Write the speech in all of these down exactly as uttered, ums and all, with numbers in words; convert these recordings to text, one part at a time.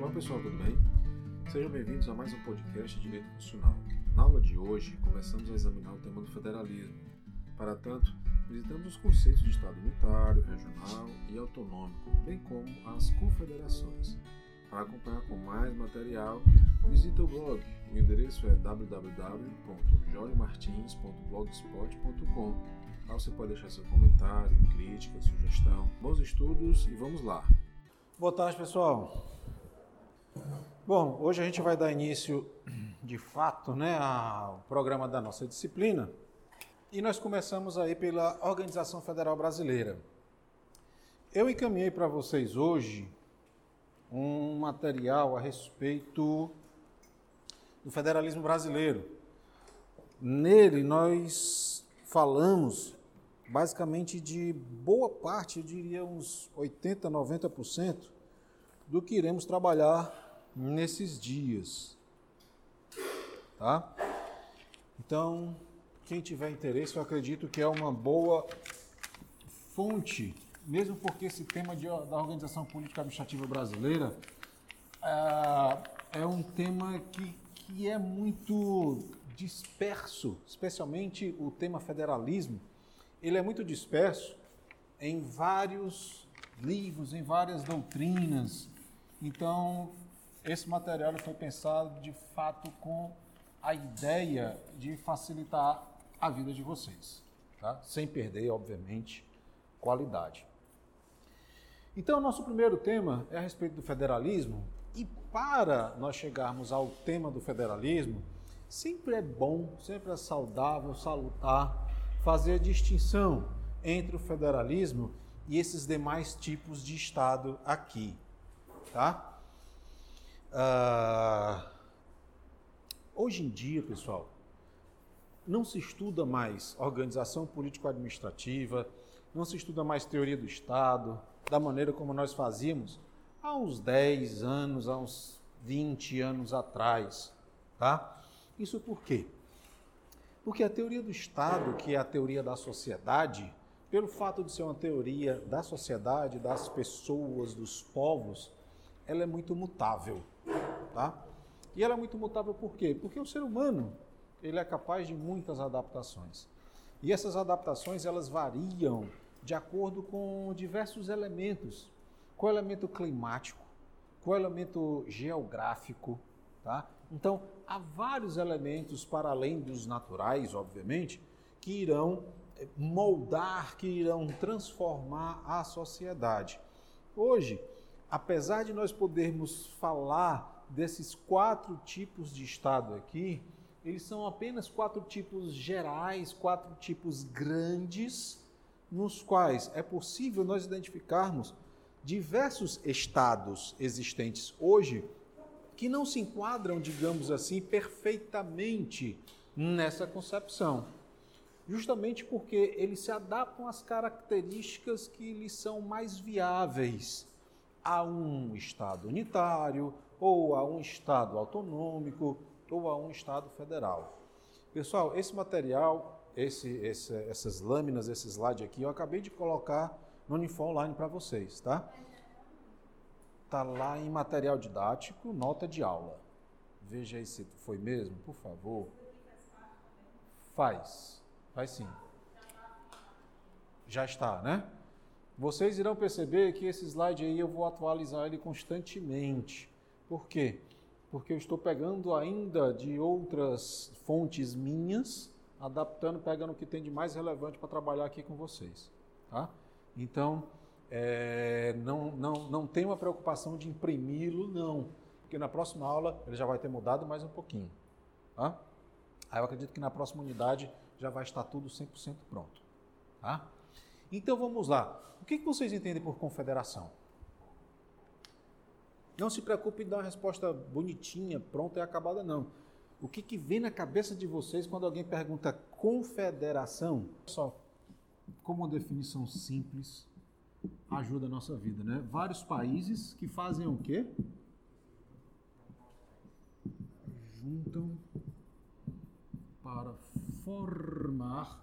Olá pessoal, tudo bem? Sejam bem-vindos a mais um podcast de Direito Constitucional. Na aula de hoje, começamos a examinar o tema do federalismo. Para tanto, visitamos os conceitos de Estado unitário, regional e autonômico, bem como as confederações. Para acompanhar com mais material, visite o blog. O endereço é w w w ponto jorge martins ponto blogspot ponto com. Lá você pode deixar seu comentário, crítica, sugestão. Bons estudos e vamos lá! Boa tarde, pessoal! Bom, hoje a gente vai dar início, de fato, né, ao programa da nossa disciplina e nós começamos aí pela Organização Federal Brasileira. Eu encaminhei para vocês hoje um material a respeito do federalismo brasileiro. Nele nós falamos basicamente de boa parte, eu diria uns oitenta, noventa por cento do que iremos trabalhar nesses dias, tá? Então, quem tiver interesse, eu acredito que é uma boa fonte, mesmo porque esse tema de, da Organização Política Administrativa Brasileira é, é um tema que, que é muito disperso, especialmente o tema federalismo. Ele é muito disperso em vários livros, em várias doutrinas. Então, esse material foi pensado, de fato, com a ideia de facilitar a vida de vocês, tá? Sem perder, obviamente, qualidade. Então, nosso primeiro tema é a respeito do federalismo, e para nós chegarmos ao tema do federalismo, sempre é bom, sempre é saudável, salutar, fazer a distinção entre o federalismo e esses demais tipos de Estado aqui, tá? Uh, hoje em dia, pessoal, não se estuda mais organização político-administrativa, não se estuda mais teoria do Estado, da maneira como nós fazíamos há uns dez anos, há uns vinte anos atrás, tá? Isso por quê? Porque a teoria do Estado, que é a teoria da sociedade, pelo fato de ser uma teoria da sociedade, das pessoas, dos povos, ela é muito mutável, tá? E ela é muito mutável por quê? Porque o ser humano, ele é capaz de muitas adaptações. E essas adaptações, elas variam de acordo com diversos elementos. Com o elemento climático, com o elemento geográfico, tá? Então, há vários elementos para além dos naturais, obviamente, que irão moldar, que irão transformar a sociedade. Hoje, apesar de nós podermos falar desses quatro tipos de Estado aqui, eles são apenas quatro tipos gerais, quatro tipos grandes, nos quais é possível nós identificarmos diversos estados existentes hoje que não se enquadram, digamos assim, perfeitamente nessa concepção. Justamente porque eles se adaptam às características que lhes são mais viáveis a um Estado unitário, ou a um Estado autonômico, ou a um Estado federal. Pessoal, esse material, esse, esse, essas lâminas, esse slide aqui, eu acabei de colocar no Unifor Online para vocês, tá? Tá lá em material didático, nota de aula. Veja aí se foi mesmo, por favor. Faz, faz sim. Já está, né? Vocês irão perceber que esse slide aí eu vou atualizar ele constantemente. Por quê? Porque eu estou pegando ainda de outras fontes minhas, adaptando, pegando o que tem de mais relevante para trabalhar aqui com vocês, tá? Então, é, não, não, não tem uma preocupação de imprimi-lo, não. Porque na próxima aula ele já vai ter mudado mais um pouquinho, tá? Aí eu acredito que na próxima unidade já vai estar tudo cem por cento pronto, tá? Então vamos lá. O que vocês entendem por confederação? Não se preocupe em dar uma resposta bonitinha, pronta e acabada, não. O que, que vem na cabeça de vocês quando alguém pergunta confederação? Só como uma definição simples ajuda a nossa vida, né? Vários países que fazem o quê? Juntam para formar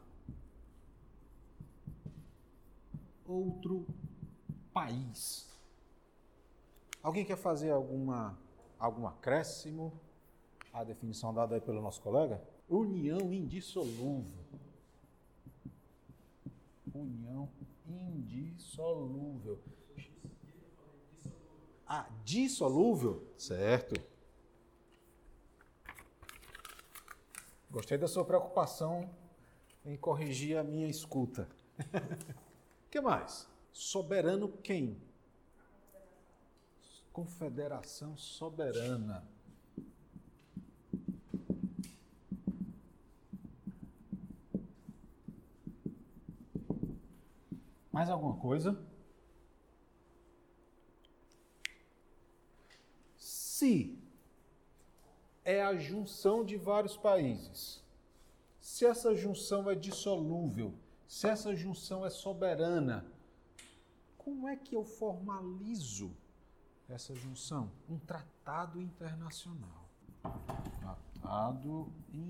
outro país. Alguém quer fazer alguma, algum acréscimo à definição dada aí pelo nosso colega? União indissolúvel. União indissolúvel. Ah, dissolúvel? Certo. Gostei da sua preocupação em corrigir a minha escuta. O que mais? Soberano quem? Confederação soberana. Mais alguma coisa? Se é a junção de vários países, se essa junção é dissolúvel, se essa junção é soberana, como é que eu formalizo essa junção? Um tratado internacional. Tratado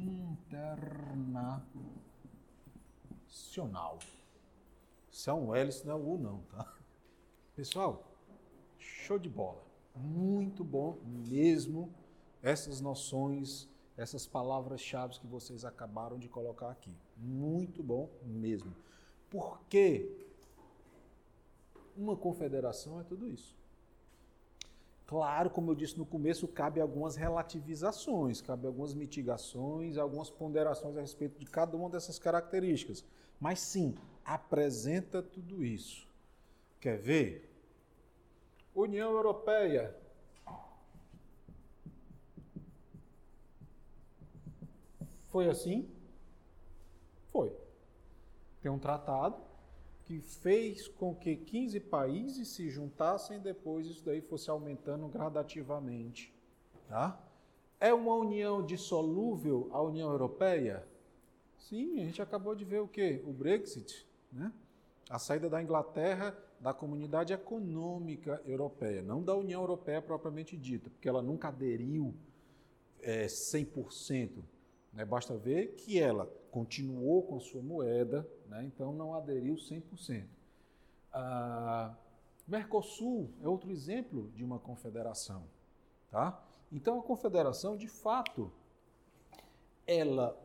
internacional. Se é um L, isso não é um U não, tá? Pessoal, show de bola. Muito bom mesmo essas noções, essas palavras-chave que vocês acabaram de colocar aqui. Muito bom mesmo. Porque uma confederação é tudo isso. Claro, como eu disse no começo, cabe algumas relativizações, cabe algumas mitigações, algumas ponderações a respeito de cada uma dessas características. Mas sim, apresenta tudo isso. Quer ver? União Europeia. Foi assim? Foi. Tem um tratado que fez com que quinze países se juntassem, depois isso daí fosse aumentando gradativamente. Tá? É uma união dissolúvel a União Europeia? Sim, a gente acabou de ver o quê? O Brexit, né? A saída da Inglaterra da Comunidade Econômica Europeia, não da União Europeia propriamente dita, porque ela nunca aderiu é, cem por cento. Né? Basta ver que ela continuou com a sua moeda, né? Então não aderiu cem por cento. Ah, Mercosul é outro exemplo de uma confederação. Tá? Então a confederação, de fato, ela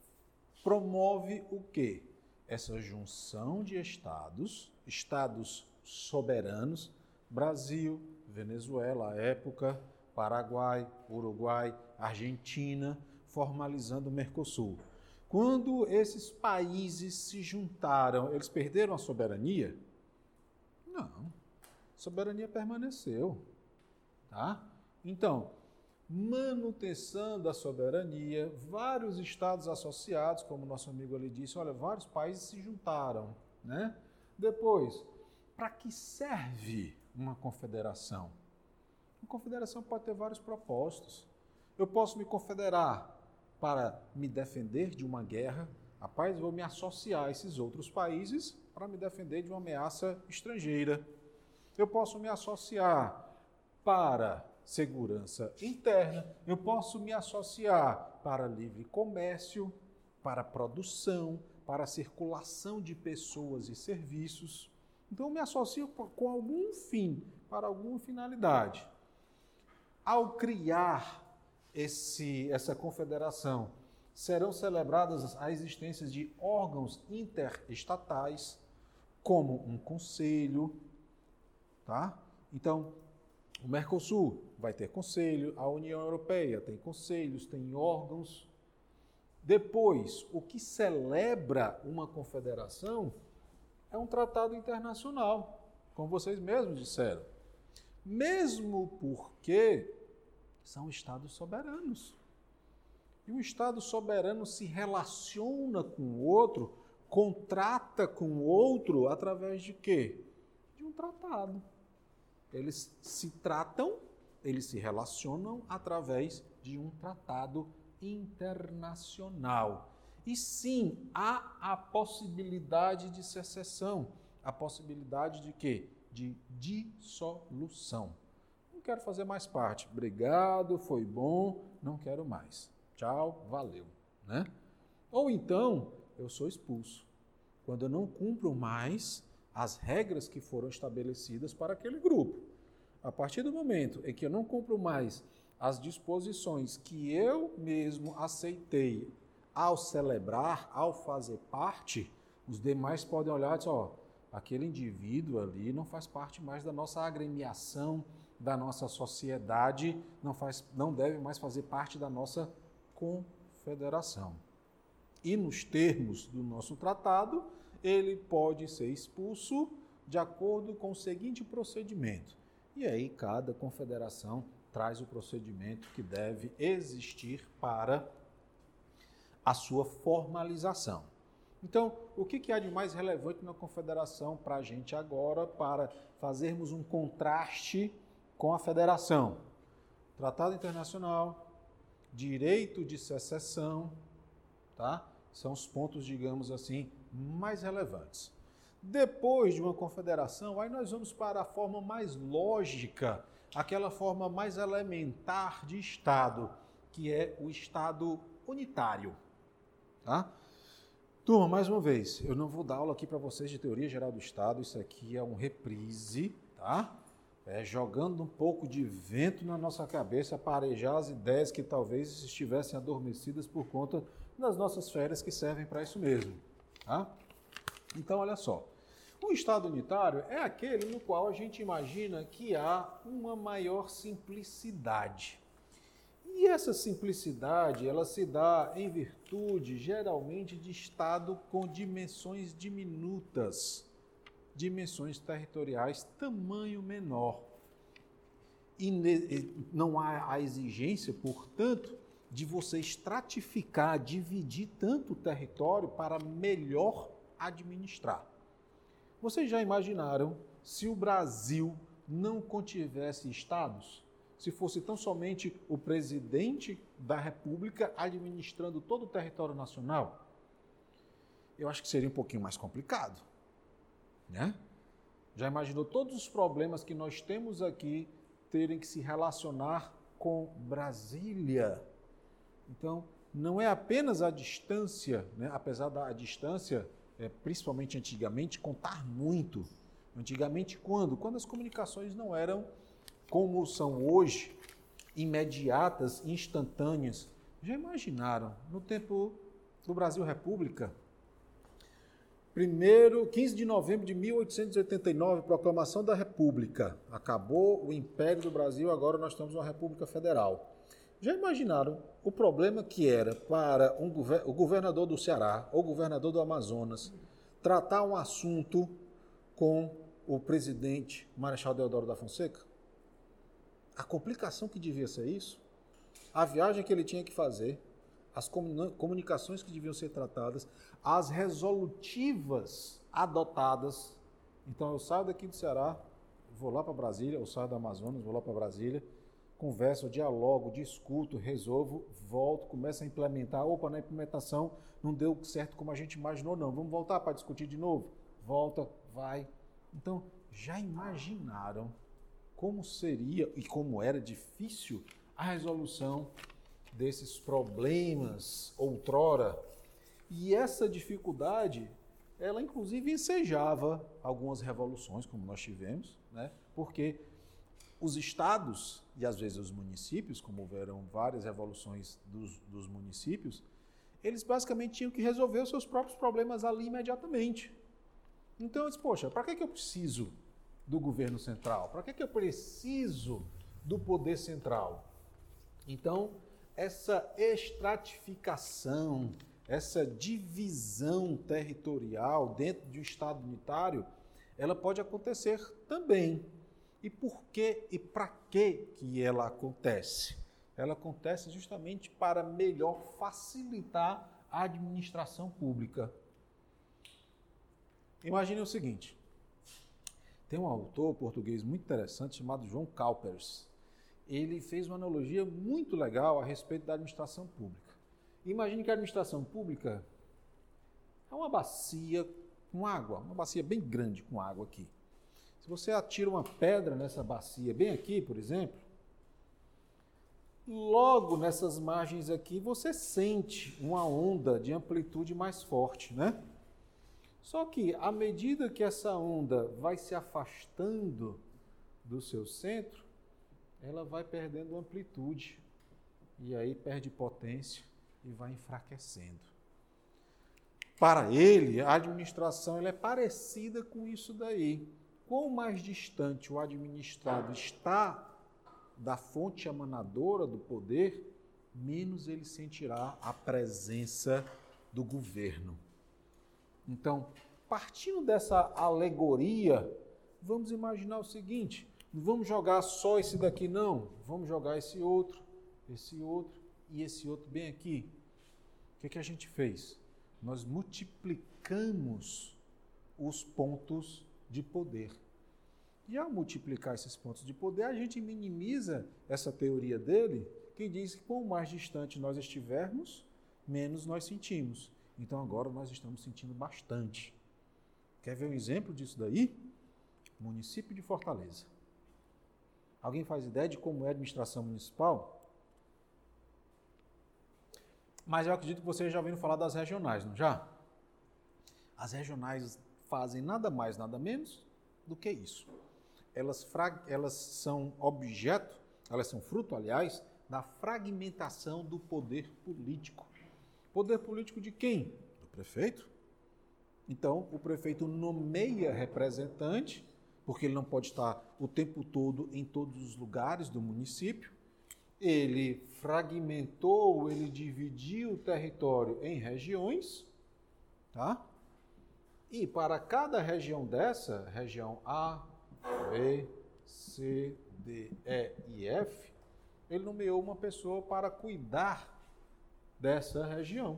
promove o quê? Essa junção de estados, estados soberanos, Brasil, Venezuela, à época, Paraguai, Uruguai, Argentina, formalizando o Mercosul. Quando esses países se juntaram, eles perderam a soberania? Não, a soberania permaneceu. Tá? Então, manutenção da soberania, vários estados associados, como nosso amigo ali disse, olha, vários países se juntaram, né? Depois, para que serve uma confederação? Uma confederação pode ter vários propósitos. Eu posso me confederar para me defender de uma guerra, rapaz, vou me associar a esses outros países para me defender de uma ameaça estrangeira. Eu posso me associar para segurança interna, eu posso me associar para livre comércio, para produção, para circulação de pessoas e serviços. Então, eu me associo com algum fim, para alguma finalidade. Ao criar esse, essa confederação, serão celebradas a existência de órgãos interestatais, como um conselho, tá? Então, o Mercosul vai ter conselho, a União Europeia tem conselhos, tem órgãos. Depois, o que celebra uma confederação é um tratado internacional, como vocês mesmos disseram. Mesmo porque são estados soberanos. E um estado soberano se relaciona com o outro, contrata com o outro através de quê? De um tratado. Eles se tratam, eles se relacionam através de um tratado internacional. E sim, há a possibilidade de secessão, a possibilidade de quê? De dissolução. Não quero fazer mais parte. Obrigado, foi bom, não quero mais. Tchau, valeu. Né? Ou então, eu sou expulso. Quando eu não cumpro mais as regras que foram estabelecidas para aquele grupo. a partir do momento em que eu não cumpro mais as disposições que eu mesmo aceitei ao celebrar, ao fazer parte, os demais podem olhar e dizer, ó, aquele indivíduo ali não faz parte mais da nossa agremiação, da nossa sociedade, não, faz, não deve mais fazer parte da nossa confederação. E nos termos do nosso tratado, ele pode ser expulso de acordo com o seguinte procedimento. E aí cada confederação traz o procedimento que deve existir para a sua formalização. Então, o que há de mais relevante na confederação para a gente agora, para fazermos um contraste com a federação? Tratado internacional, direito de secessão, tá? São os pontos, digamos assim, mais relevantes. Depois de uma confederação, aí nós vamos para a forma mais lógica, aquela forma mais elementar de Estado, que é o Estado unitário. Tá? Turma, mais uma vez, eu não vou dar aula aqui para vocês de teoria geral do Estado, isso aqui é um reprise, tá? É, jogando um pouco de vento na nossa cabeça para arejar as ideias que talvez estivessem adormecidas por conta das nossas férias que servem para isso mesmo. Tá? Então, olha só. O Estado unitário é aquele no qual a gente imagina que há uma maior simplicidade. E essa simplicidade, ela se dá em virtude, geralmente, de Estado com dimensões diminutas, dimensões territoriais, tamanho menor. E não há a exigência, portanto, de você estratificar, dividir tanto o território para melhor administrar. Vocês já imaginaram se o Brasil não contivesse estados? Se fosse tão somente o presidente da República administrando todo o território nacional? Eu acho que seria um pouquinho mais complicado, né? Já imaginou todos os problemas que nós temos aqui terem que se relacionar com Brasília? Então, não é apenas a distância, né? Apesar da distância, é, principalmente antigamente, contar muito. Antigamente quando? Quando as comunicações não eram como são hoje, imediatas, instantâneas. Já imaginaram, no tempo do Brasil República, primeiro, quinze de novembro de mil oitocentos e oitenta e nove, proclamação da República. Acabou o Império do Brasil, agora nós temos uma República Federal. Já imaginaram o problema que era para um, o governador do Ceará ou o governador do Amazonas tratar um assunto com o presidente Marechal Deodoro da Fonseca? A complicação que devia ser isso, a viagem que ele tinha que fazer, as comunicações que deviam ser tratadas, as resolutivas adotadas. Então eu saio daqui do Ceará, vou lá para Brasília, eu saio do Amazonas, vou lá para Brasília, converso, dialogo, discuto, resolvo, volto, começo a implementar. Opa, na implementação não deu certo como a gente imaginou, não. Vamos voltar para discutir de novo? Volta, vai. Então, já imaginaram como seria e como era difícil a resolução desses problemas outrora? E essa dificuldade, ela inclusive ensejava algumas revoluções, como nós tivemos, né? Porque os estados e às vezes os municípios, como houveram várias revoluções dos, dos municípios, eles basicamente tinham que resolver os seus próprios problemas ali imediatamente. Então eu disse, poxa, para que, que eu preciso do governo central? Para que, que eu preciso do poder central? Então, essa estratificação, essa divisão territorial dentro de um Estado unitário, ela pode acontecer também. E por que e para que que ela acontece? Ela acontece justamente para melhor facilitar a administração pública. Imagine o seguinte, tem um autor português muito interessante chamado João Cowpers. Ele fez uma analogia muito legal a respeito da administração pública. Imagine que a administração pública é uma bacia com água, uma bacia bem grande com água aqui. Se você atira uma pedra nessa bacia, bem aqui, por exemplo, logo nessas margens aqui você sente uma onda de amplitude mais forte, né? Só que à medida que essa onda vai se afastando do seu centro, ela vai perdendo amplitude, e aí perde potência e vai enfraquecendo. Para ele, a administração ela é parecida com isso daí. Quanto mais distante o administrado está da fonte emanadora do poder, menos ele sentirá a presença do governo. Então, partindo dessa alegoria, vamos imaginar o seguinte: não vamos jogar só esse daqui, não. Vamos jogar esse outro, esse outro e esse outro bem aqui. O que, que a gente fez? Nós multiplicamos os pontos de poder. E ao multiplicar esses pontos de poder, a gente minimiza essa teoria dele, que diz que quanto mais distante nós estivermos, menos nós sentimos. Então agora nós estamos sentindo bastante. Quer ver um exemplo disso daí? Município de Fortaleza. Alguém faz ideia de como é a administração municipal? Mas eu acredito que vocês já ouviram falar das regionais, não já? As regionais fazem nada mais, nada menos do que isso. Elas, frag... elas são objeto, elas são fruto, aliás, da fragmentação do poder político. Poder político de quem? Do prefeito. Então, o prefeito nomeia representante, porque ele não pode estar o tempo todo em todos os lugares do município. Ele fragmentou, ele dividiu o território em regiões, tá? E para cada região dessa, região A, B, C, D, E e F, ele nomeou uma pessoa para cuidar dessa região.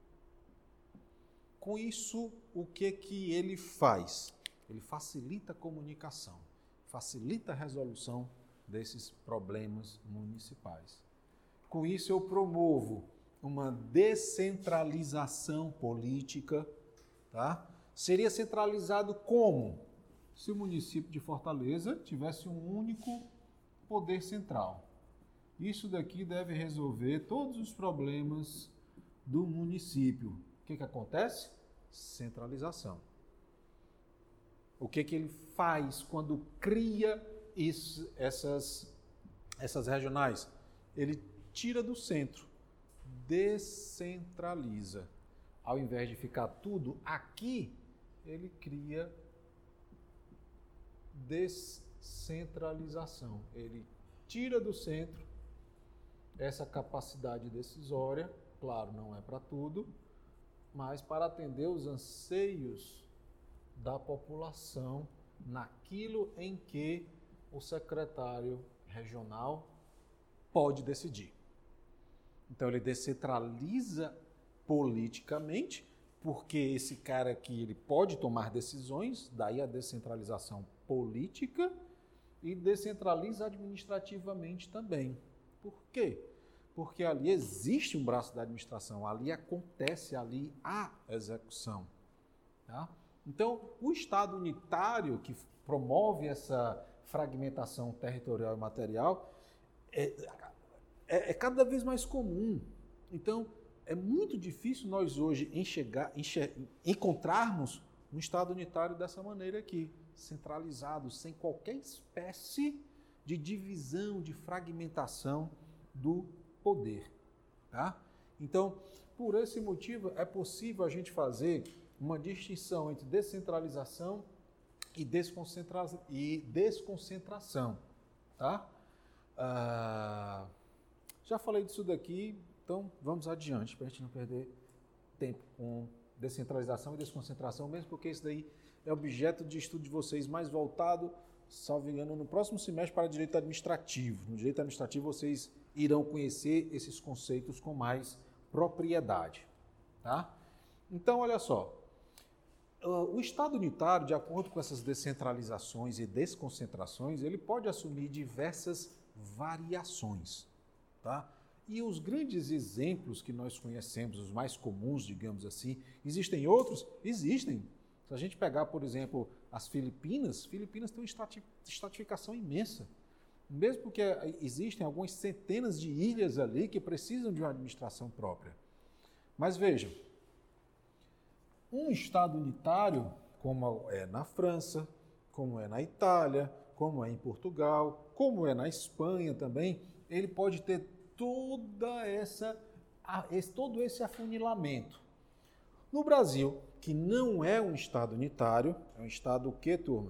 Com isso, o que que ele faz? Ele facilita a comunicação, facilita a resolução desses problemas municipais. Com isso, eu promovo uma descentralização política, tá? Seria centralizado como? Se o município de Fortaleza tivesse um único poder central. Isso daqui deve resolver todos os problemas do município. O que que acontece? Centralização. O que que ele faz quando cria isso, essas, essas regionais? Ele tira do centro, descentraliza. Ao invés de ficar tudo aqui, ele cria descentralização. Ele tira do centro essa capacidade decisória, claro, não é para tudo, mas para atender os anseios da população naquilo em que o secretário regional pode decidir. Então ele descentraliza politicamente, porque esse cara aqui ele pode tomar decisões, daí a descentralização política, e descentraliza administrativamente também. Por quê? Porque ali existe um braço da administração, ali acontece ali a execução. Tá? Então, o Estado unitário que promove essa fragmentação territorial e material é, é, é cada vez mais comum. Então, é muito difícil nós hoje enxergar, enxergar, encontrarmos um Estado unitário dessa maneira aqui, centralizado, sem qualquer espécie de divisão, de fragmentação do poder. Tá? Então, por esse motivo, é possível a gente fazer uma distinção entre descentralização e, desconcentra e desconcentração. Tá? Ah, já falei disso daqui, então vamos adiante, para a gente não perder tempo com descentralização e desconcentração, mesmo porque isso daí é objeto de estudo de vocês mais voltado, salvo engano, no próximo semestre para direito administrativo. No direito administrativo vocês irão conhecer esses conceitos com mais propriedade. Tá? Então, olha só, o Estado unitário, de acordo com essas descentralizações e desconcentrações, ele pode assumir diversas variações. Tá? E os grandes exemplos que nós conhecemos, os mais comuns, digamos assim, existem outros? Existem. Se a gente pegar, por exemplo, as Filipinas, Filipinas tem uma estratificação imensa. Mesmo porque existem algumas centenas de ilhas ali que precisam de uma administração própria. Mas vejam, um Estado unitário, como é na França, como é na Itália, como é em Portugal, como é na Espanha também, ele pode ter toda essa, esse, todo esse afunilamento. No Brasil, que não é um Estado unitário, é um Estado o quê, turma?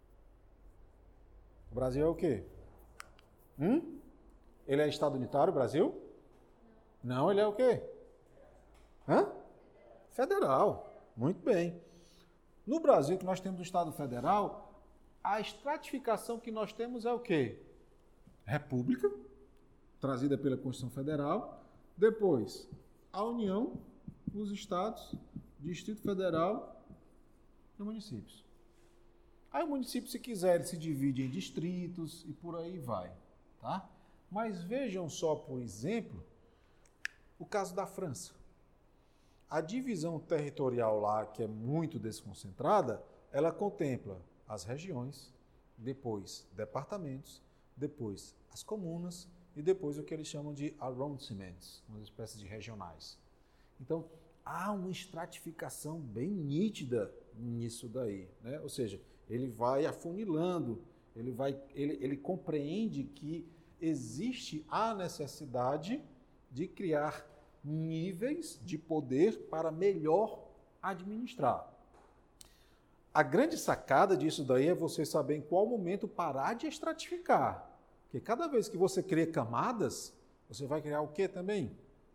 O Brasil é o quê? Hum? Ele é Estado unitário, o Brasil? Não, ele é o quê? Hã? Federal. Muito bem. No Brasil, que nós temos o Estado Federal, a estratificação que nós temos é o quê? República, trazida pela Constituição Federal, depois a União, os Estados, Distrito Federal e municípios. Aí o município, se quiser, ele se divide em distritos e por aí vai, tá? Mas vejam só, por exemplo, o caso da França. A divisão territorial lá, que é muito desconcentrada, ela contempla as regiões, depois departamentos, depois as comunas e depois o que eles chamam de arrondissements, uma espécie de regionais. Então, há uma estratificação bem nítida nisso daí, né? Ou seja, ele vai afunilando, ele, vai, ele, ele compreende que existe a necessidade de criar níveis de poder para melhor administrar. A grande sacada disso daí é você saber em qual momento parar de estratificar. Porque cada vez que você cria camadas, você vai criar o quê também?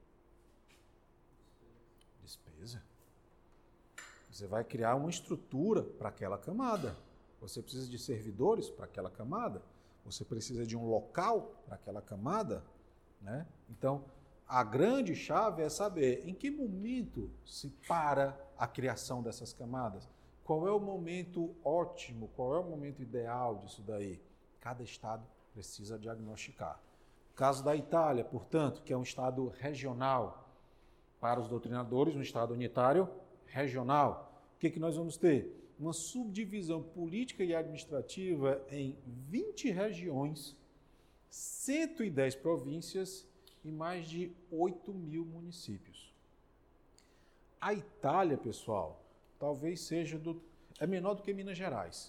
Despesa. Você vai criar uma estrutura para aquela camada. Você precisa de servidores para aquela camada. Você precisa de um local para aquela camada, né? Então, a grande chave é saber em que momento se para a criação dessas camadas. Qual é o momento ótimo, qual é o momento ideal disso daí? Cada estado precisa diagnosticar. O caso da Itália, portanto, que é um estado regional, para os doutrinadores, um estado unitário regional. O que, que nós vamos ter? Uma subdivisão política e administrativa em vinte regiões, cento e dez províncias e mais de oito mil municípios. A Itália, pessoal, talvez seja do, é menor do que Minas Gerais.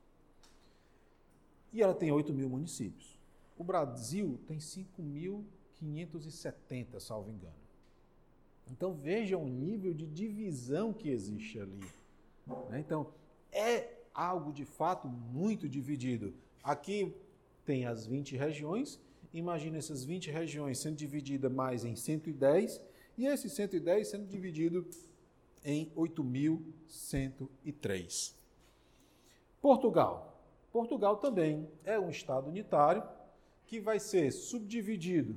E ela tem oito mil municípios. O Brasil tem cinco mil quinhentos e setenta, salvo engano. Então vejam o nível de divisão que existe ali. Então, é algo de fato muito dividido. Aqui tem as vinte regiões. Imagina essas vinte regiões sendo divididas mais em cento e dez, e esses cento e dez sendo dividido em oito mil cento e três. Portugal. Portugal também é um estado unitário que vai ser subdividido.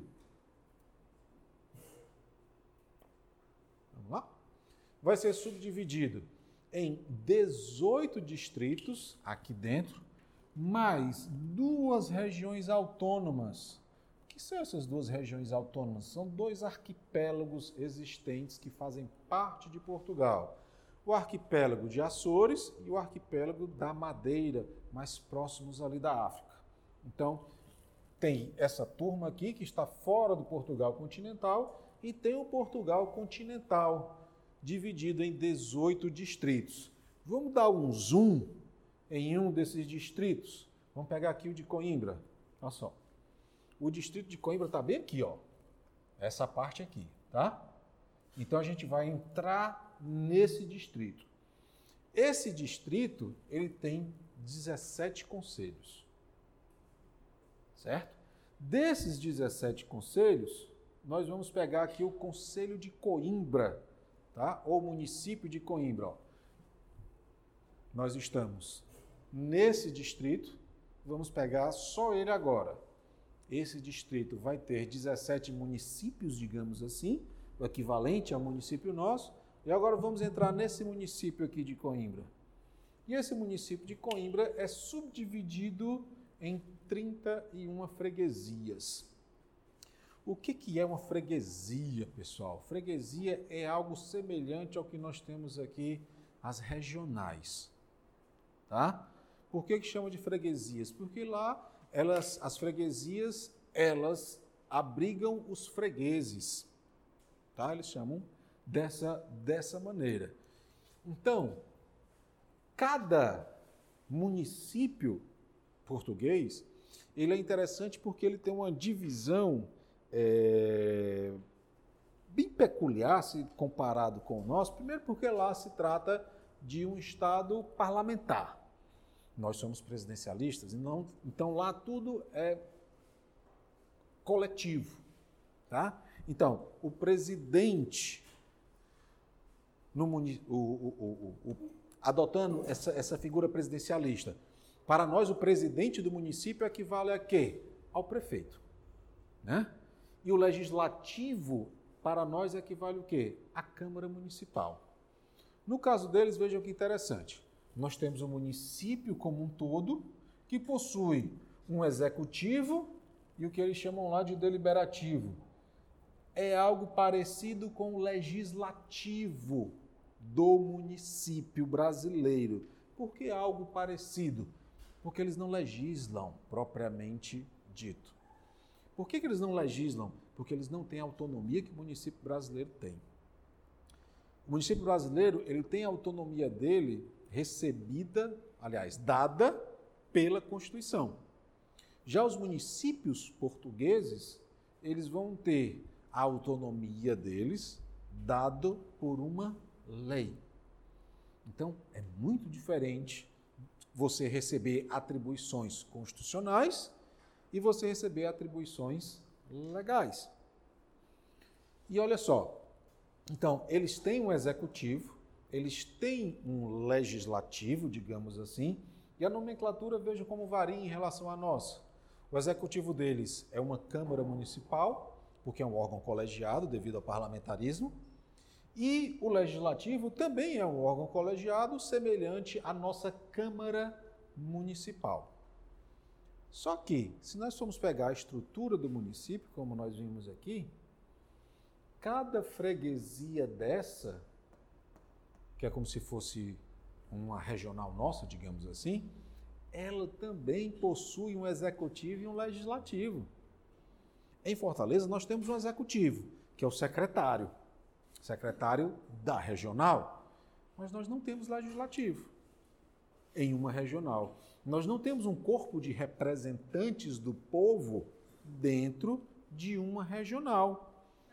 Vamos lá? Vai ser subdividido em dezoito distritos aqui dentro, mais duas regiões autônomas. O que são essas duas regiões autônomas? São dois arquipélagos existentes que fazem parte de Portugal. O arquipélago de Açores e o arquipélago da Madeira, mais próximos ali da África. Então, tem essa turma aqui que está fora do Portugal continental e tem o Portugal continental, dividido em dezoito distritos. Vamos dar um zoom em um desses distritos. Vamos pegar aqui o de Coimbra. Olha só. O distrito de Coimbra está bem aqui, ó. Essa parte aqui, tá? Então a gente vai entrar nesse distrito. Esse distrito, ele tem dezessete concelhos. Certo? Desses dezessete concelhos, nós vamos pegar aqui o Concelho de Coimbra, tá? Ou município de Coimbra, ó. Nós estamos nesse distrito, vamos pegar só ele agora. Esse distrito vai ter dezessete municípios, digamos assim, o equivalente ao município nosso, e agora vamos entrar nesse município aqui de Coimbra. E esse município de Coimbra é subdividido em trinta e uma freguesias. O que, que é uma freguesia, pessoal? Freguesia é algo semelhante ao que nós temos aqui, as regionais. Tá? Por que, que chama de freguesias? Porque lá elas, as freguesias, elas abrigam os fregueses. Tá? Eles chamam dessa, dessa maneira. Então, cada município português, ele é interessante porque ele tem uma divisão é, bem peculiar se comparado com o nosso. Primeiro porque lá se trata de um Estado parlamentar. Nós somos presidencialistas, e não, então lá tudo é coletivo. Tá? Então, o presidente, no, o, o, o, o, adotando essa, essa figura presidencialista, para nós o presidente do município equivale a quê? Ao prefeito. Né? E o legislativo, para nós, equivale o quê? À Câmara Municipal. No caso deles, vejam que interessante. Nós temos o município como um todo, que possui um executivo e o que eles chamam lá de deliberativo. É algo parecido com o legislativo do município brasileiro. Por que algo parecido? Porque eles não legislam propriamente dito. Por que que eles não legislam? Porque eles não têm a autonomia que o município brasileiro tem. O município brasileiro, ele tem a autonomia dele recebida, aliás, dada pela Constituição. Já os municípios portugueses, eles vão ter a autonomia deles dado por uma lei. Então, é muito diferente você receber atribuições constitucionais e você receber atribuições legais. E olha só, então, eles têm um executivo, eles têm um legislativo, digamos assim, e a nomenclatura, veja como varia em relação à nossa. O executivo deles é uma Câmara Municipal, porque é um órgão colegiado devido ao parlamentarismo, e o legislativo também é um órgão colegiado semelhante à nossa Câmara Municipal. Só que, se nós formos pegar a estrutura do município, como nós vimos aqui, cada freguesia dessa, que é como se fosse uma regional nossa, digamos assim, ela também possui um executivo e um legislativo. Em Fortaleza, nós temos um executivo, que é o secretário, secretário da regional, mas nós não temos legislativo em uma regional. Nós não temos um corpo de representantes do povo dentro de uma regional.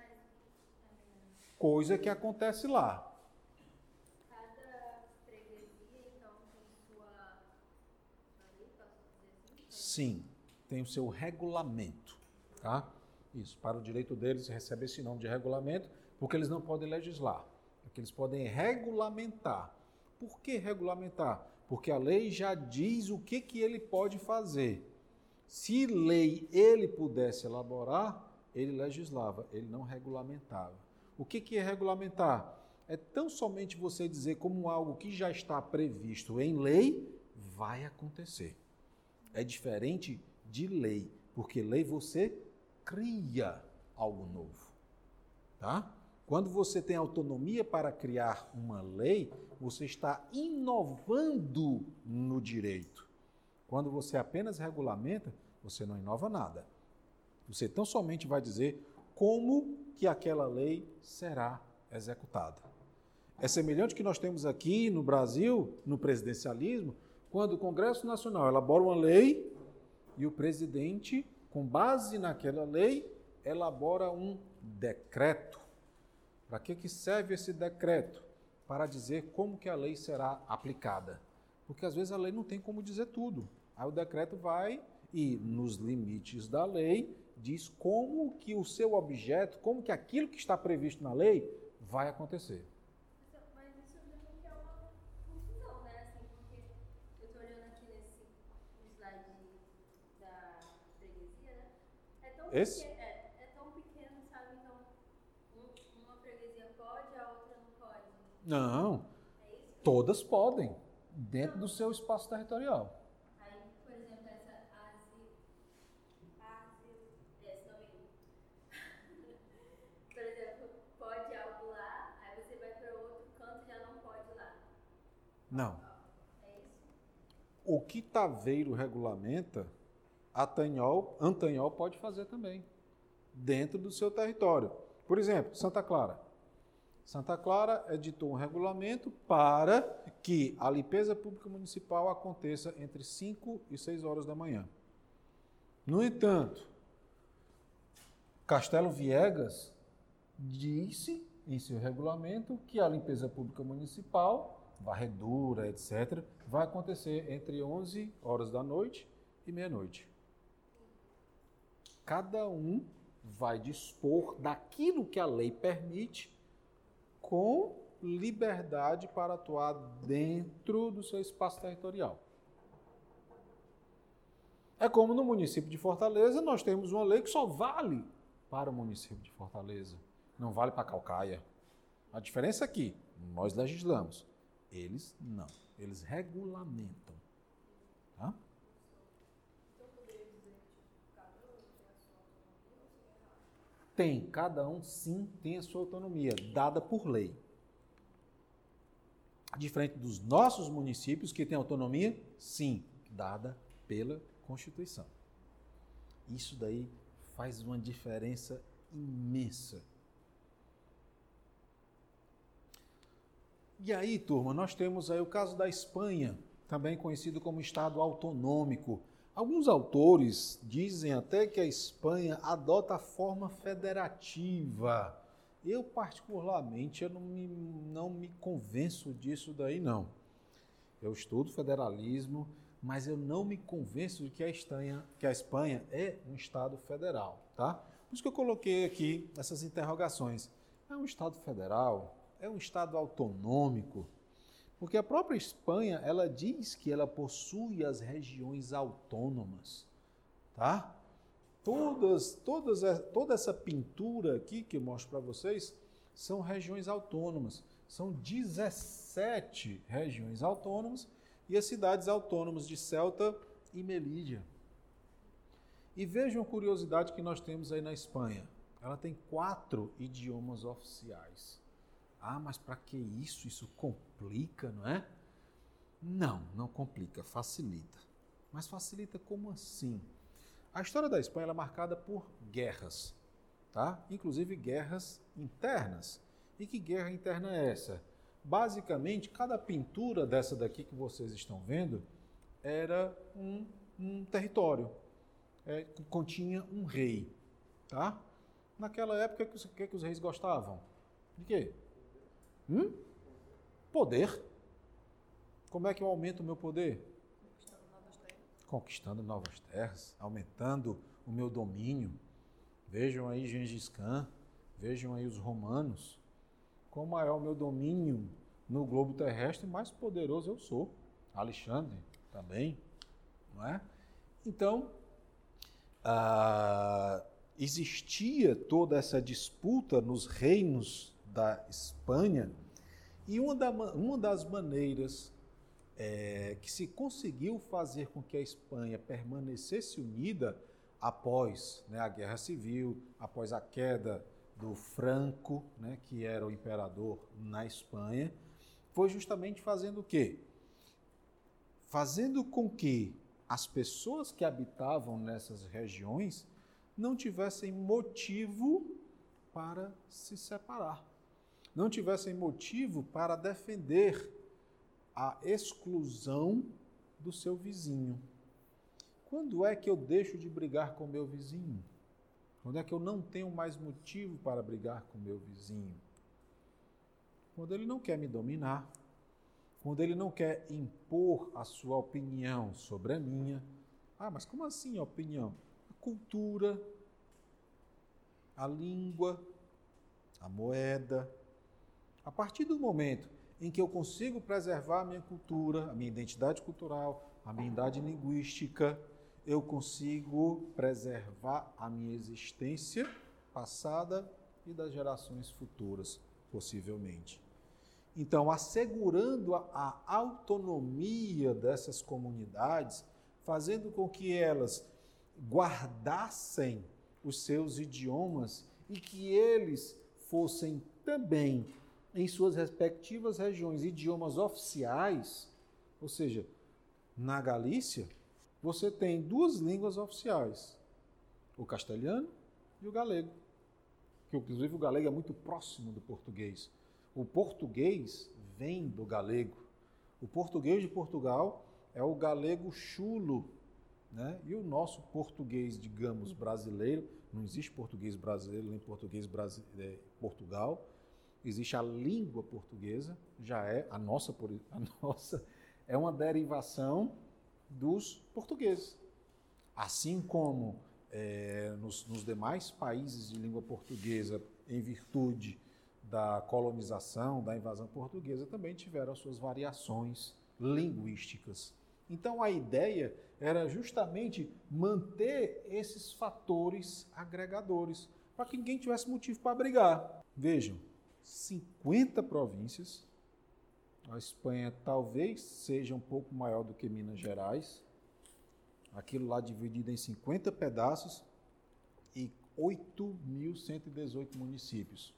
Coisa que acontece lá. Cada freguesia, então, tem sua lei, posso dizer assim? Sim, tem o seu regulamento, tá? Isso, para o direito deles recebe esse nome de regulamento, porque eles não podem legislar, porque eles podem regulamentar. Por que regulamentar? Porque a lei já diz o que, que ele pode fazer. Se lei ele pudesse elaborar, ele legislava, ele não regulamentava. O que, que é regulamentar? É tão somente você dizer como algo que já está previsto em lei vai acontecer. É diferente de lei, porque lei você cria algo novo, tá? Quando você tem autonomia para criar uma lei, você está inovando no direito. Quando você apenas regulamenta, você não inova nada. Você tão somente vai dizer como que aquela lei será executada. É semelhante ao que nós temos aqui no Brasil, no presidencialismo, quando o Congresso Nacional elabora uma lei e o presidente, com base naquela lei, elabora um decreto. Para que que serve esse decreto? Para dizer como que a lei será aplicada. Porque às vezes a lei não tem como dizer tudo. Aí o decreto vai e, nos limites da lei, diz como que o seu objeto, como que aquilo que está previsto na lei vai acontecer. Mas isso mesmo que é uma confusão, né? Assim, porque eu estou olhando aqui nesse slide da freguesia, né? É tão Esse? pequeno, é, é tão pequeno, sabe? Então, um, uma freguesia pode, a outra não pode. Não, É isso? todas podem, dentro do seu espaço territorial. Aí, por exemplo, essa Asi, Asi, esse nome aí. Por exemplo, pode algo lá, aí você vai para outro canto e já não pode lá. Não. É isso? O que Taveiro regulamenta, Atanhol, Antanhol pode fazer também, dentro do seu território. Por exemplo, Santa Clara. Santa Clara editou um regulamento para que a limpeza pública municipal aconteça entre cinco e seis horas da manhã. No entanto, Castelo Viegas disse em seu regulamento que a limpeza pública municipal, varredura, etcétera, vai acontecer entre onze horas da noite e meia-noite. Cada um vai dispor daquilo que a lei permite com liberdade para atuar dentro do seu espaço territorial. É como no município de Fortaleza, nós temos uma lei que só vale para o município de Fortaleza, não vale para Calcaia. A diferença é que nós legislamos, eles não, eles regulamentam. Tá? Tem, cada um sim tem a sua autonomia, dada por lei. Diferente dos nossos municípios, que têm autonomia, sim, dada pela Constituição. Isso daí faz uma diferença imensa. E aí, turma, nós temos aí o caso da Espanha, também conhecido como Estado autonômico. Alguns autores dizem até que a Espanha adota a forma federativa. Eu, particularmente, eu não me, não me convenço disso daí, não. Eu estudo federalismo, mas eu não me convenço de que a Espanha, que a Espanha é um Estado federal, tá? Por isso que eu coloquei aqui essas interrogações. É um Estado federal? É um Estado autonômico? Porque a própria Espanha, ela diz que ela possui as regiões autônomas, tá? Todas, todas, toda essa pintura aqui que eu mostro para vocês são regiões autônomas. São dezessete regiões autônomas e as cidades autônomas de Ceuta e Melilla. E vejam a curiosidade que nós temos aí na Espanha. Ela tem quatro idiomas oficiais. Ah, mas para que isso? Isso complica, não é? Não, não complica, facilita. Mas facilita como assim? A história da Espanha é marcada por guerras, tá? Inclusive guerras internas. E que guerra interna é essa? Basicamente, cada pintura dessa daqui que vocês estão vendo era um, um território, é, que continha um rei, tá? Naquela época, o que, que os reis gostavam? De quê? Hum? Poder. Como é que eu aumento o meu poder? Conquistando novas terras. Conquistando novas terras, aumentando o meu domínio. Vejam aí Gengis Khan, vejam aí os romanos. Quanto maior o meu domínio no globo terrestre, mais poderoso eu sou. Alexandre também, não é? Então, ah, existia toda essa disputa nos reinos da Espanha, e uma, da, uma das maneiras é, que se conseguiu fazer com que a Espanha permanecesse unida após, né, a Guerra Civil, após a queda do Franco, né, que era o imperador na Espanha, foi justamente fazendo o quê? Fazendo com que as pessoas que habitavam nessas regiões não tivessem motivo para se separar. Não tivessem motivo para defender a exclusão do seu vizinho. Quando é que eu deixo de brigar com o meu vizinho? Quando é que eu não tenho mais motivo para brigar com o meu vizinho? Quando ele não quer me dominar, quando ele não quer impor a sua opinião sobre a minha. Ah, mas como assim a opinião? A cultura, a língua, a moeda. A partir do momento em que eu consigo preservar a minha cultura, a minha identidade cultural, a minha identidade linguística, eu consigo preservar a minha existência passada e das gerações futuras, possivelmente. Então, assegurando a autonomia dessas comunidades, fazendo com que elas guardassem os seus idiomas e que eles fossem também, em suas respectivas regiões, idiomas oficiais, ou seja, na Galícia, você tem duas línguas oficiais, o castelhano e o galego, que inclusive o galego é muito próximo do português. O português vem do galego. O português de Portugal é o galego chulo, né? E o nosso português, digamos, brasileiro, não existe português brasileiro nem português brasi- é, Portugal, existe a língua portuguesa, já é a nossa, a nossa é uma derivação dos portugueses. Assim como é, nos, nos demais países de língua portuguesa, em virtude da colonização, da invasão portuguesa, também tiveram as suas variações linguísticas. Então, a ideia era justamente manter esses fatores agregadores, para que ninguém tivesse motivo para brigar. Vejam, cinquenta províncias, a Espanha talvez seja um pouco maior do que Minas Gerais, aquilo lá dividido em cinquenta pedaços e oito mil cento e dezoito municípios.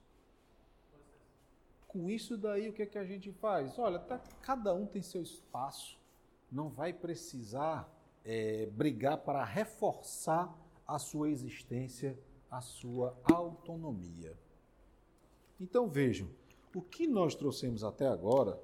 Com isso daí, o que, é que a gente faz? Olha, tá, cada um tem seu espaço, não vai precisar é, brigar para reforçar a sua existência, a sua autonomia. Então vejam, o que nós trouxemos até agora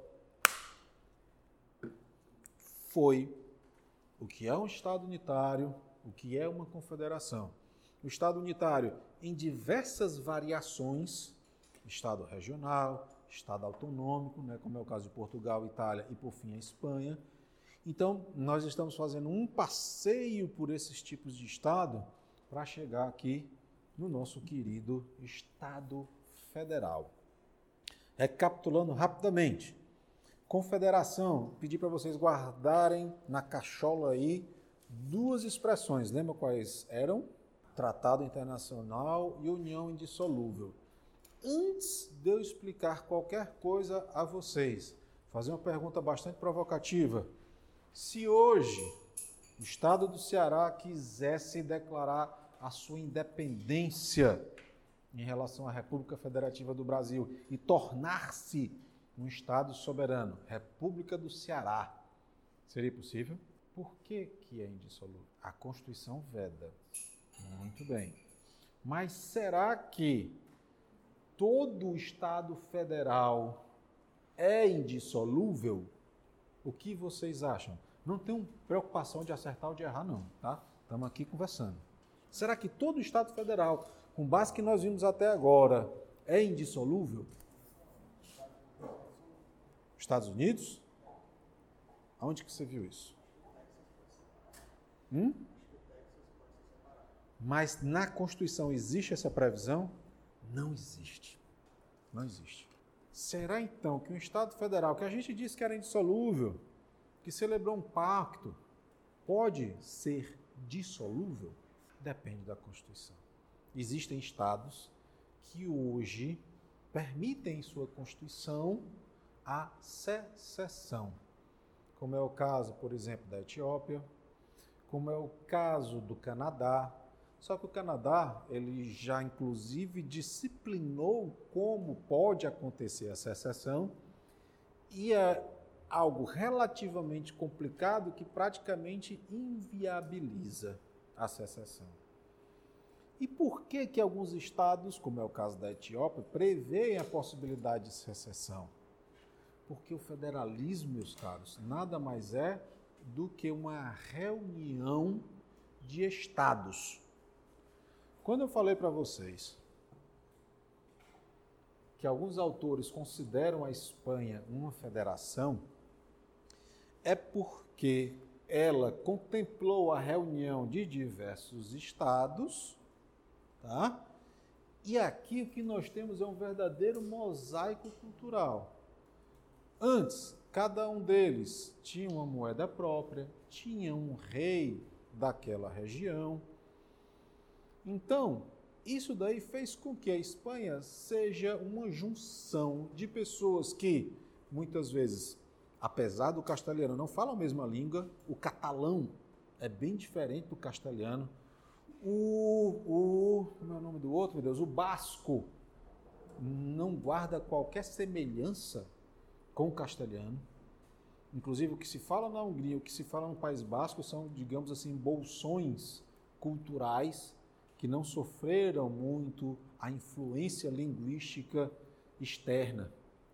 foi o que é um Estado unitário, o que é uma confederação. O Estado unitário em diversas variações, Estado regional, Estado autonômico, né, como é o caso de Portugal, Itália e, por fim, a Espanha. Então, nós estamos fazendo um passeio por esses tipos de Estado para chegar aqui no nosso querido Estado Federal. Recapitulando rapidamente. Confederação, pedi para vocês guardarem na cachola aí duas expressões. Lembra quais eram? Tratado Internacional e União Indissolúvel. Antes de eu explicar qualquer coisa a vocês, fazer uma pergunta bastante provocativa. Se hoje o Estado do Ceará quisesse declarar a sua independência em relação à República Federativa do Brasil e tornar-se um Estado soberano, República do Ceará, seria possível? Por que que é indissolúvel? A Constituição veda. Muito bem. Mas será que todo o Estado federal é indissolúvel? O que vocês acham? Não tenham preocupação de acertar ou de errar, não, tá? Estamos aqui conversando. Será que todo o Estado federal, com base que nós vimos até agora, é indissolúvel? Estados Unidos? Aonde que você viu isso? Hum? Mas na Constituição existe essa previsão? Não existe. Não existe. Será então que um Estado federal, que a gente disse que era indissolúvel, que celebrou um pacto, pode ser dissolúvel? Depende da Constituição. Existem estados que hoje permitem em sua Constituição a secessão, como é o caso, por exemplo, da Etiópia, como é o caso do Canadá. Só que o Canadá, ele já inclusive disciplinou como pode acontecer a secessão e é algo relativamente complicado que praticamente inviabiliza a secessão. E por que que alguns estados, como é o caso da Etiópia, prevêem a possibilidade de secessão? Porque o federalismo, meus caros, nada mais é do que uma reunião de estados. Quando eu falei para vocês que alguns autores consideram a Espanha uma federação, é porque ela contemplou a reunião de diversos estados, tá? E aqui o que nós temos é um verdadeiro mosaico cultural. Antes, cada um deles tinha uma moeda própria, tinha um rei daquela região. Então, isso daí fez com que a Espanha seja uma junção de pessoas que, muitas vezes, apesar do castelhano, não falam a mesma língua. O catalão é bem diferente do castelhano. O, o, como é o nome do outro, meu Deus? O basco não guarda qualquer semelhança com o castelhano. Inclusive, o que se fala na Hungria, o que se fala no País Basco são, digamos assim, bolsões culturais que não sofreram muito a influência linguística externa.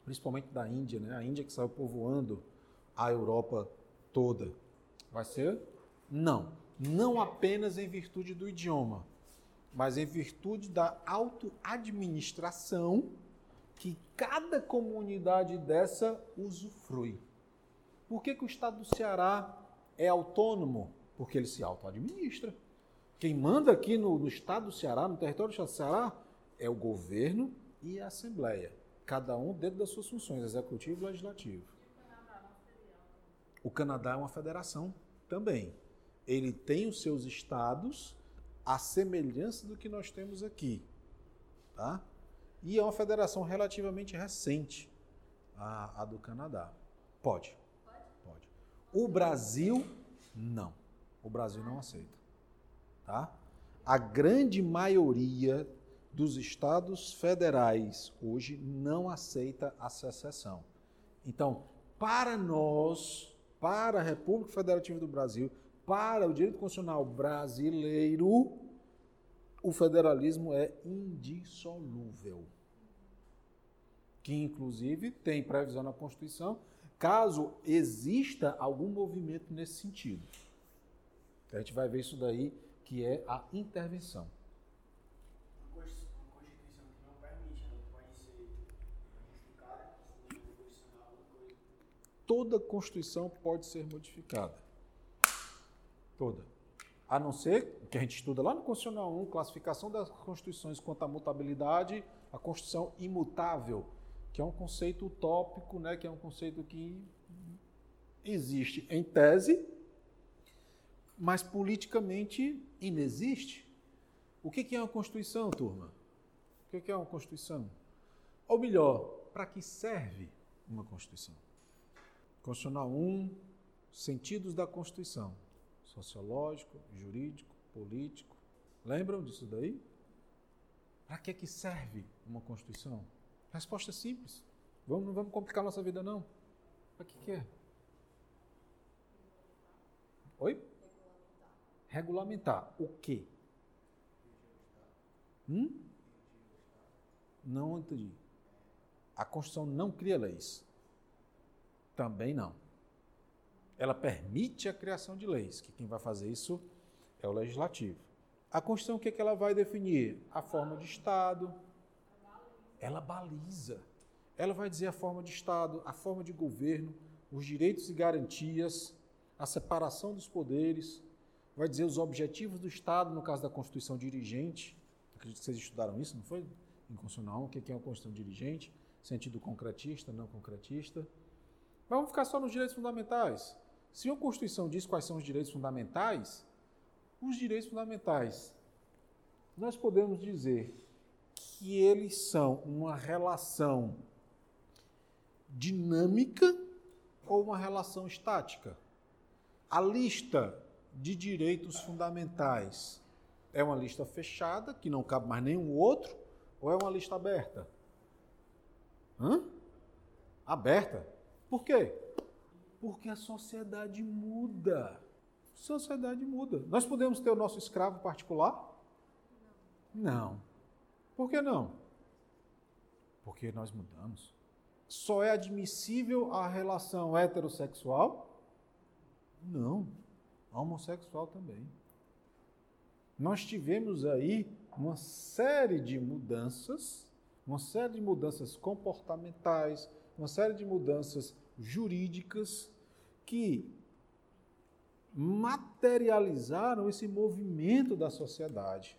principalmente da Índia, né? A Índia que saiu povoando a Europa toda. Vai ser? Não. Não apenas em virtude do idioma, mas em virtude da auto-administração que cada comunidade dessa usufrui. Por que que o estado do Ceará é autônomo? Porque ele se auto-administra. Quem manda aqui no, no estado do Ceará, no território do estado do Ceará, é o governo e a Assembleia. Cada um dentro das suas funções, executivo e legislativo. O Canadá é uma federação também. Ele tem os seus estados à semelhança do que nós temos aqui. Tá? E é uma federação relativamente recente, a, a do Canadá. Pode. Pode. O Brasil, não. O Brasil não aceita. Tá? A grande maioria dos estados federais hoje não aceita a secessão. Então, para nós, para a República Federativa do Brasil, para o direito constitucional brasileiro, o federalismo é indissolúvel. Que, inclusive, tem previsão na Constituição, caso exista algum movimento nesse sentido. A gente vai ver isso daí, que é a intervenção. Uma Constituição que não permite, não pode ser modificada, se constitucional, alguma coisa. Toda Constituição pode ser modificada. Toda. A não ser que a gente estuda lá no Constitucional um, classificação das Constituições quanto à mutabilidade, a Constituição imutável, que é um conceito utópico, né, que é um conceito que existe em tese, mas politicamente inexiste. O que é uma Constituição, turma? O que é uma Constituição? Ou melhor, para que serve uma Constituição? Constitucional um, sentidos da Constituição. Sociológico, jurídico, político. Lembram disso daí? Para que, que serve uma Constituição? Resposta simples. Vamos, não vamos complicar nossa vida, não. Para que, que é? Oi? Regulamentar. O quê? Hum? Não entendi. A Constituição não cria leis. Também não. Ela permite a criação de leis, que quem vai fazer isso é o legislativo. A Constituição, o que, é que ela vai definir? A forma de Estado. Ela baliza. Ela vai dizer a forma de Estado, a forma de governo, os direitos e garantias, a separação dos poderes, vai dizer os objetivos do Estado, no caso da Constituição dirigente. Acredito que vocês estudaram isso, não foi? Em Constitucional um, o que é uma Constituição dirigente, sentido concretista, não concretista. Mas vamos ficar só nos direitos fundamentais. Se uma Constituição diz quais são os direitos fundamentais, os direitos fundamentais, nós podemos dizer que eles são uma relação dinâmica ou uma relação estática. A lista de direitos fundamentais é uma lista fechada, que não cabe mais nenhum outro, ou é uma lista aberta? Hã? Aberta. Por quê? Porque a sociedade muda. A sociedade muda. Nós podemos ter o nosso escravo particular? Não. Por que não? Porque nós mudamos. Só é admissível a relação heterossexual? Não. A homossexual também. Nós tivemos aí uma série de mudanças, uma série de mudanças comportamentais, uma série de mudanças jurídicas que materializaram esse movimento da sociedade.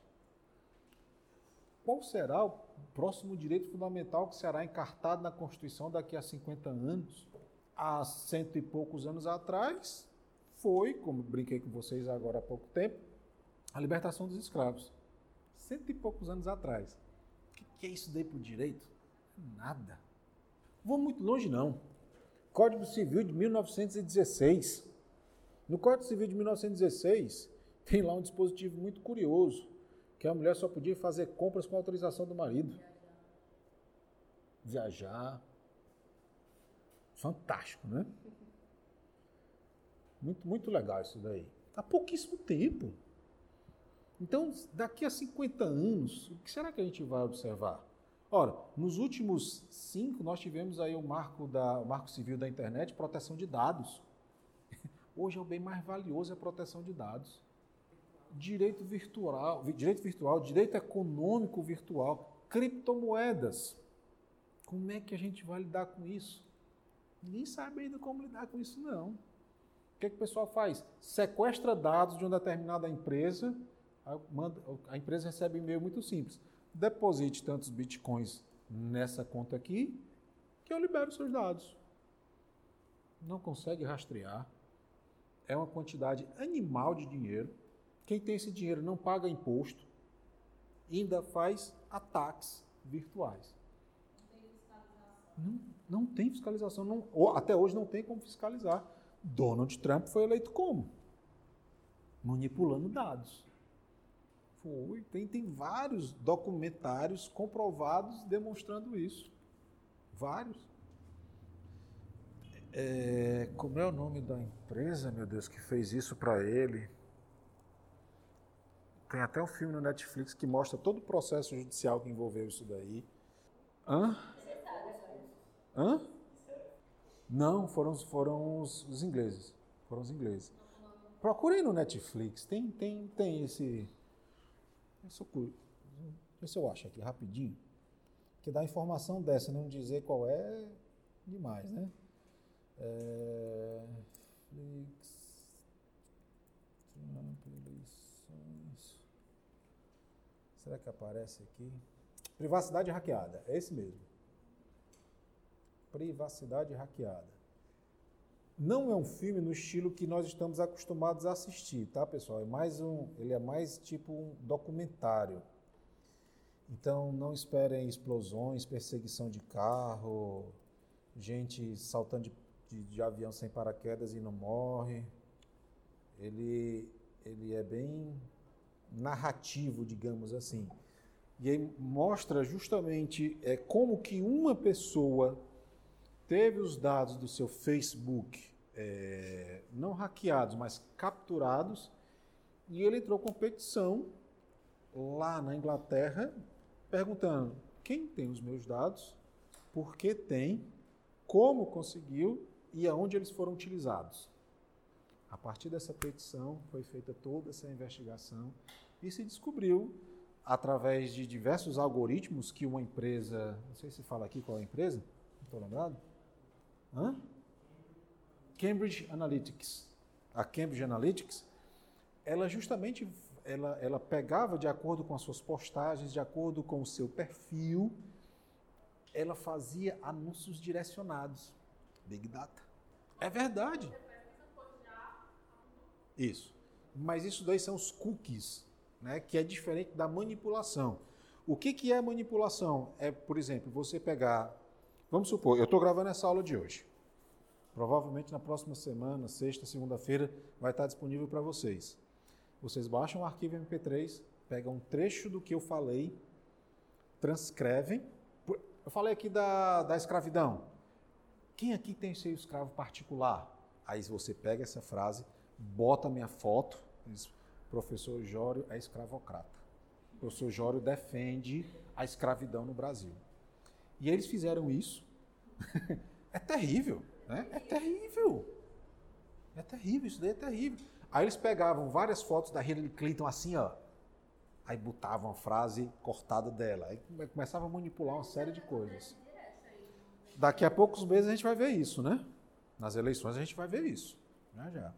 Qual será o próximo direito fundamental que será encartado na Constituição daqui a cinquenta anos? Há cento e poucos anos atrás, foi, como brinquei com vocês agora há pouco tempo, a libertação dos escravos. Cento e poucos anos atrás. O que é isso daí para o direito? Nada. Vou muito longe, não. Código Civil de mil novecentos e dezesseis. No Código Civil de mil novecentos e dezesseis, tem lá um dispositivo muito curioso, que a mulher só podia fazer compras com autorização do marido. Viajar. Fantástico, né? Muito, muito legal isso daí. Há pouquíssimo tempo. Então, daqui a cinquenta anos, o que será que a gente vai observar? Ora, nos últimos cinco, nós tivemos aí o marco, da, o marco civil da internet, proteção de dados. Hoje é o bem mais valioso, é a proteção de dados. Direito virtual, direito virtual, direito econômico virtual, criptomoedas. Como é que a gente vai lidar com isso? Ninguém sabe ainda como lidar com isso, não. O que, é que o pessoal faz? Sequestra dados de uma determinada empresa, a, manda, a empresa recebe um e-mail muito simples. Deposite tantos bitcoins nessa conta aqui, que eu libero os seus dados. Não consegue rastrear. É uma quantidade animal de dinheiro. Quem tem esse dinheiro não paga imposto. E ainda faz ataques virtuais. Não, não tem fiscalização. Não, ou, até hoje não tem como fiscalizar. Donald Trump foi eleito como? Manipulando dados. Foi. Tem, tem vários documentários comprovados demonstrando isso. Vários. É, como é o nome da empresa, meu Deus, que fez isso para ele? Tem até um filme no Netflix que mostra todo o processo judicial que envolveu isso daí. Hã? Hã? Não, foram, foram os, os ingleses. Foram os ingleses. Procurem no Netflix. Tem, tem, tem esse... Deixa eu, se eu acho aqui rapidinho. Que dá informação dessa, não dizer qual é demais, né? É... Netflix... Trump, eleições... Será que aparece aqui? Privacidade hackeada. É esse mesmo. Privacidade hackeada. Não é um filme no estilo que nós estamos acostumados a assistir, tá, pessoal? É mais um, ele é mais tipo um documentário. Então, não esperem explosões, perseguição de carro, gente saltando de, de, de avião sem paraquedas e não morre. Ele, ele é bem narrativo, digamos assim. E aí mostra justamente é, como que uma pessoa teve os dados do seu Facebook, é, não hackeados, mas capturados, e ele entrou com petição lá na Inglaterra, perguntando quem tem os meus dados, por que tem, como conseguiu e aonde eles foram utilizados. A partir dessa petição foi feita toda essa investigação e se descobriu, através de diversos algoritmos que uma empresa, não sei se fala aqui qual é a empresa, não estou lembrado. Hã? Cambridge Analytics. A Cambridge Analytics, ela justamente ela, ela pegava de acordo com as suas postagens, de acordo com o seu perfil, ela fazia anúncios direcionados. Big Data. É verdade. Isso. Mas isso daí são os cookies, né, que é diferente da manipulação. O que, que é manipulação? É, por exemplo, você pegar... Vamos supor, eu estou gravando essa aula de hoje. Provavelmente na próxima semana, sexta, segunda-feira, vai estar disponível para vocês. Vocês baixam o arquivo M P três, pegam um trecho do que eu falei, transcrevem. Eu falei aqui da, da escravidão. Quem aqui tem seu escravo particular? Aí você pega essa frase, bota a minha foto, diz, professor Jório é escravocrata. O professor Jório defende a escravidão no Brasil. E eles fizeram isso. É terrível, né? É terrível. É terrível, isso daí é terrível. Aí eles pegavam várias fotos da Hillary Clinton assim, ó. Aí botavam a frase cortada dela. Aí começava a manipular uma série de coisas. Daqui a poucos meses a gente vai ver isso, né? Nas eleições a gente vai ver isso. Já, já.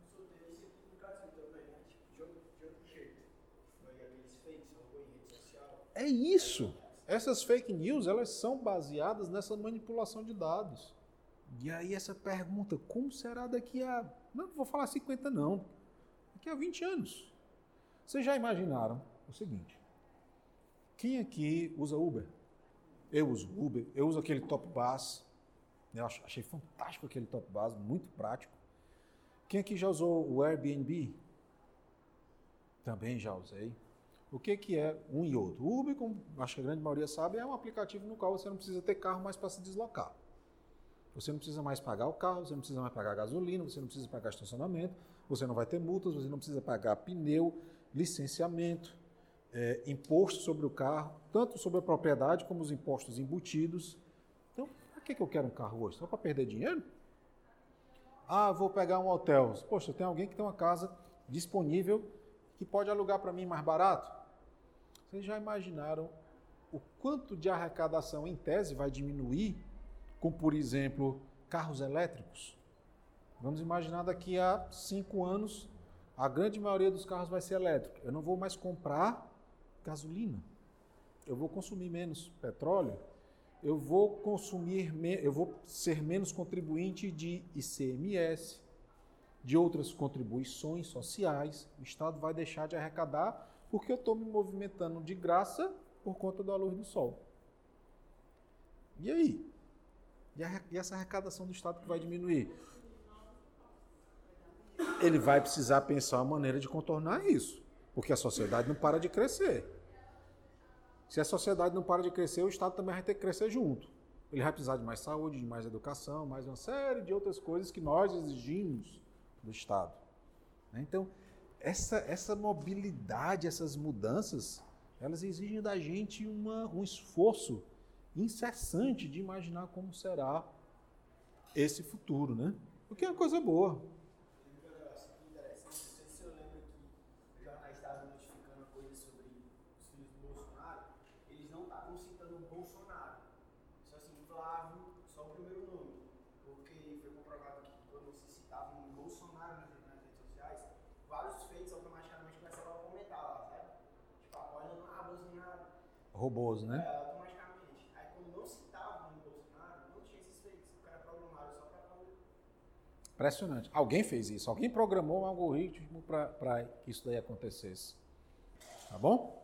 É isso. Essas fake news, elas são baseadas nessa manipulação de dados. E aí essa pergunta, como será daqui a... Não vou falar cinquenta não. Daqui a vinte anos. Vocês já imaginaram o seguinte. Quem aqui usa Uber? Eu uso Uber. Eu uso aquele Top Bus. Eu achei fantástico aquele Top Bus, muito prático. Quem aqui já usou o Airbnb? Também já usei. O que, que é um e outro? O Uber, como acho que a grande maioria sabe, é um aplicativo no qual você não precisa ter carro mais para se deslocar. Você não precisa mais pagar o carro, você não precisa mais pagar gasolina, você não precisa pagar estacionamento, você não vai ter multas, você não precisa pagar pneu, licenciamento. é, imposto sobre o carro, tanto sobre a propriedade como os impostos embutidos. Então, para que, que eu quero um carro hoje? Só para perder dinheiro? Ah, vou pegar um hotel. Poxa, tem alguém que tem uma casa disponível que pode alugar para mim mais barato? Vocês já imaginaram o quanto de arrecadação, em tese, vai diminuir com, por exemplo, carros elétricos? Vamos imaginar daqui a cinco anos, a grande maioria dos carros vai ser elétrico. Eu não vou mais comprar gasolina. Eu vou consumir menos petróleo. Eu vou consumir, eu vou ser menos contribuinte de I C M S, de outras contribuições sociais. O Estado vai deixar de arrecadar porque eu estou me movimentando de graça por conta da luz do sol. E aí? E essa arrecadação do Estado que vai diminuir? Ele vai precisar pensar uma maneira de contornar isso, porque a sociedade não para de crescer. Se a sociedade não para de crescer, o Estado também vai ter que crescer junto. Ele vai precisar de mais saúde, de mais educação, mais uma série de outras coisas que nós exigimos do Estado. Então, essa, essa mobilidade, essas mudanças, elas exigem da gente uma, um esforço incessante de imaginar como será esse futuro, né? O que é uma coisa boa. Robôs, né? É, automaticamente. Aí quando não citava no Bolsonaro, não tinha esses feitos. O cara programava só para poder. Impressionante. Alguém fez isso. Alguém programou um algoritmo para que isso daí acontecesse. Tá bom?